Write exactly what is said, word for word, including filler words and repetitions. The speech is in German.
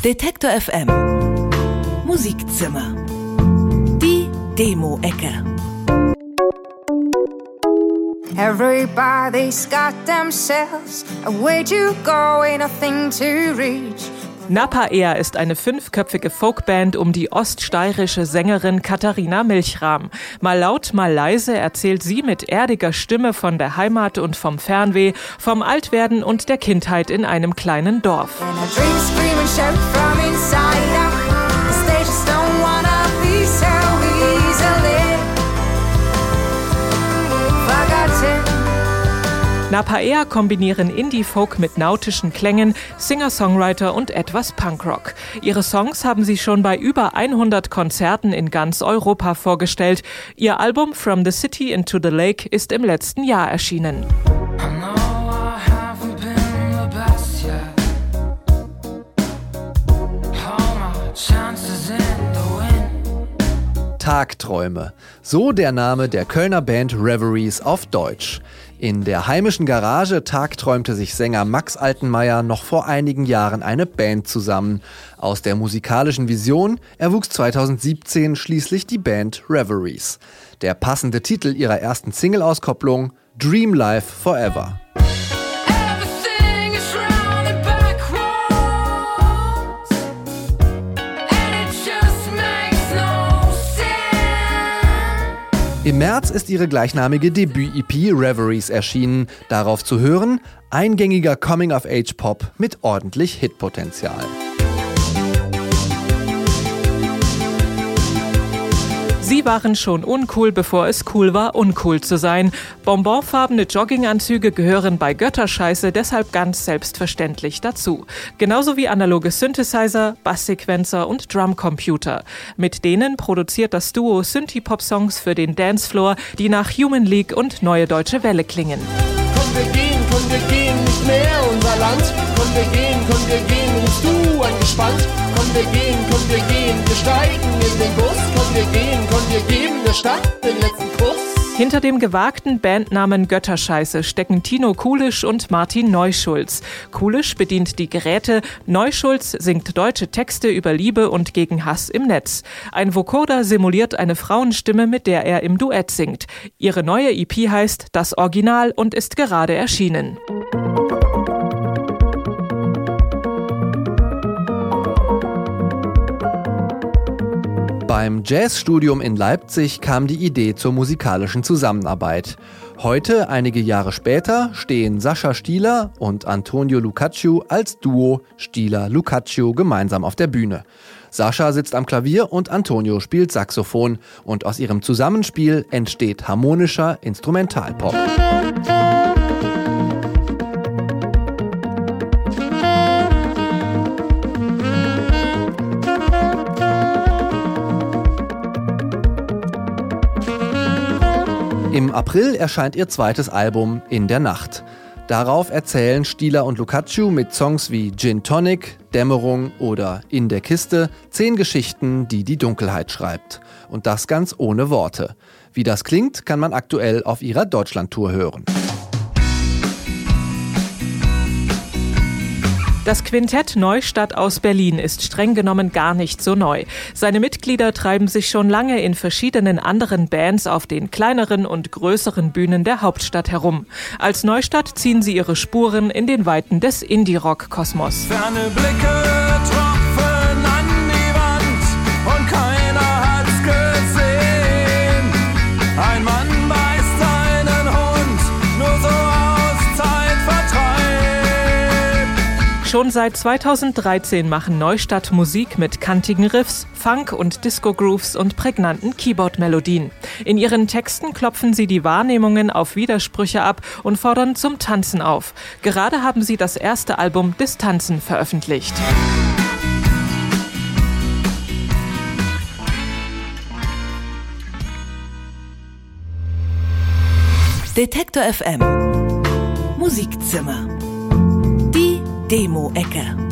Detektor F M Musikzimmer. Die Demo-Ecke. Everybody's got themselves a way to go, ain't a thing to reach. Napa Air ist eine fünfköpfige Folkband um die oststeirische Sängerin Katharina Milchram. Mal laut, mal leise erzählt sie mit erdiger Stimme von der Heimat und vom Fernweh, vom Altwerden und der Kindheit in einem kleinen Dorf. Napa Air kombinieren Indie-Folk mit nautischen Klängen, Singer-Songwriter und etwas Punkrock. Ihre Songs haben sie schon bei über hundert Konzerten in ganz Europa vorgestellt. Ihr Album From the City into the Lake ist im letzten Jahr erschienen. Tagträume. So der Name der Kölner Band Reveries auf Deutsch. In der heimischen Garage tagträumte sich Sänger Max Altenmeier noch vor einigen Jahren eine Band zusammen. Aus der musikalischen Vision erwuchs zweitausendsiebzehn schließlich die Band Reveries. Der passende Titel ihrer ersten Single-Auskopplung Dream Life Forever. Im März ist ihre gleichnamige Debüt-E P Reveries erschienen. Darauf zu hören, eingängiger Coming-of-Age-Pop mit ordentlich Hitpotenzial. Sie waren schon uncool, bevor es cool war, uncool zu sein. Bonbonfarbene Jogginganzüge gehören bei Götterscheiße deshalb ganz selbstverständlich dazu. Genauso wie analoge Synthesizer, Basssequenzer und Drumcomputer. Mit denen produziert das Duo Synthie-Pop-Songs für den Dancefloor, die nach Human League und Neue Deutsche Welle klingen. Komm, wir gehen, komm, wir gehen, nicht mehr unser Land. Komm, wir gehen, komm, wir gehen, rufst du angespannt. Komm, wir gehen, komm, wir gehen, wir steigen in den Bus. Komm, wir gehen, komm, wir geben der Stadt den letzten Kuss. Hinter dem gewagten Bandnamen Götterscheiße stecken Tino Kulisch und Martin Neuschulz. Kulisch bedient die Geräte, Neuschulz singt deutsche Texte über Liebe und gegen Hass im Netz. Ein Vocoder simuliert eine Frauenstimme, mit der er im Duett singt. Ihre neue E P heißt Das Original und ist gerade erschienen. Beim Jazzstudium in Leipzig kam die Idee zur musikalischen Zusammenarbeit. Heute, einige Jahre später, stehen Sascha Stieler und Antonio Lucaccio als Duo Stieler-Lucaccio gemeinsam auf der Bühne. Sascha sitzt am Klavier und Antonio spielt Saxophon und aus ihrem Zusammenspiel entsteht harmonischer Instrumentalpop. Im April erscheint ihr zweites Album In der Nacht. Darauf erzählen Stieler und Lucaccio mit Songs wie Gin Tonic, Dämmerung oder In der Kiste zehn Geschichten, die die Dunkelheit schreibt. Und das ganz ohne Worte. Wie das klingt, kann man aktuell auf ihrer Deutschlandtour hören. Das Quintett Neustadt aus Berlin ist streng genommen gar nicht so neu. Seine Mitglieder treiben sich schon lange in verschiedenen anderen Bands auf den kleineren und größeren Bühnen der Hauptstadt herum. Als Neustadt ziehen sie ihre Spuren in den Weiten des Indie-Rock-Kosmos. Ferne Blicke tropfen an die Wand und keiner hat's gesehen. Ein Mann beißt seinen Hund, nur so aus Zeitvertreib. Schon seit zweitausenddreizehn machen Neustadt Musik mit kantigen Riffs, Funk- und Disco-Grooves und prägnanten Keyboard-Melodien. In ihren Texten klopfen sie die Wahrnehmungen auf Widersprüche ab und fordern zum Tanzen auf. Gerade haben sie das erste Album Distanzen veröffentlicht. Detektor F M Musikzimmer. Die Demo-Ecke.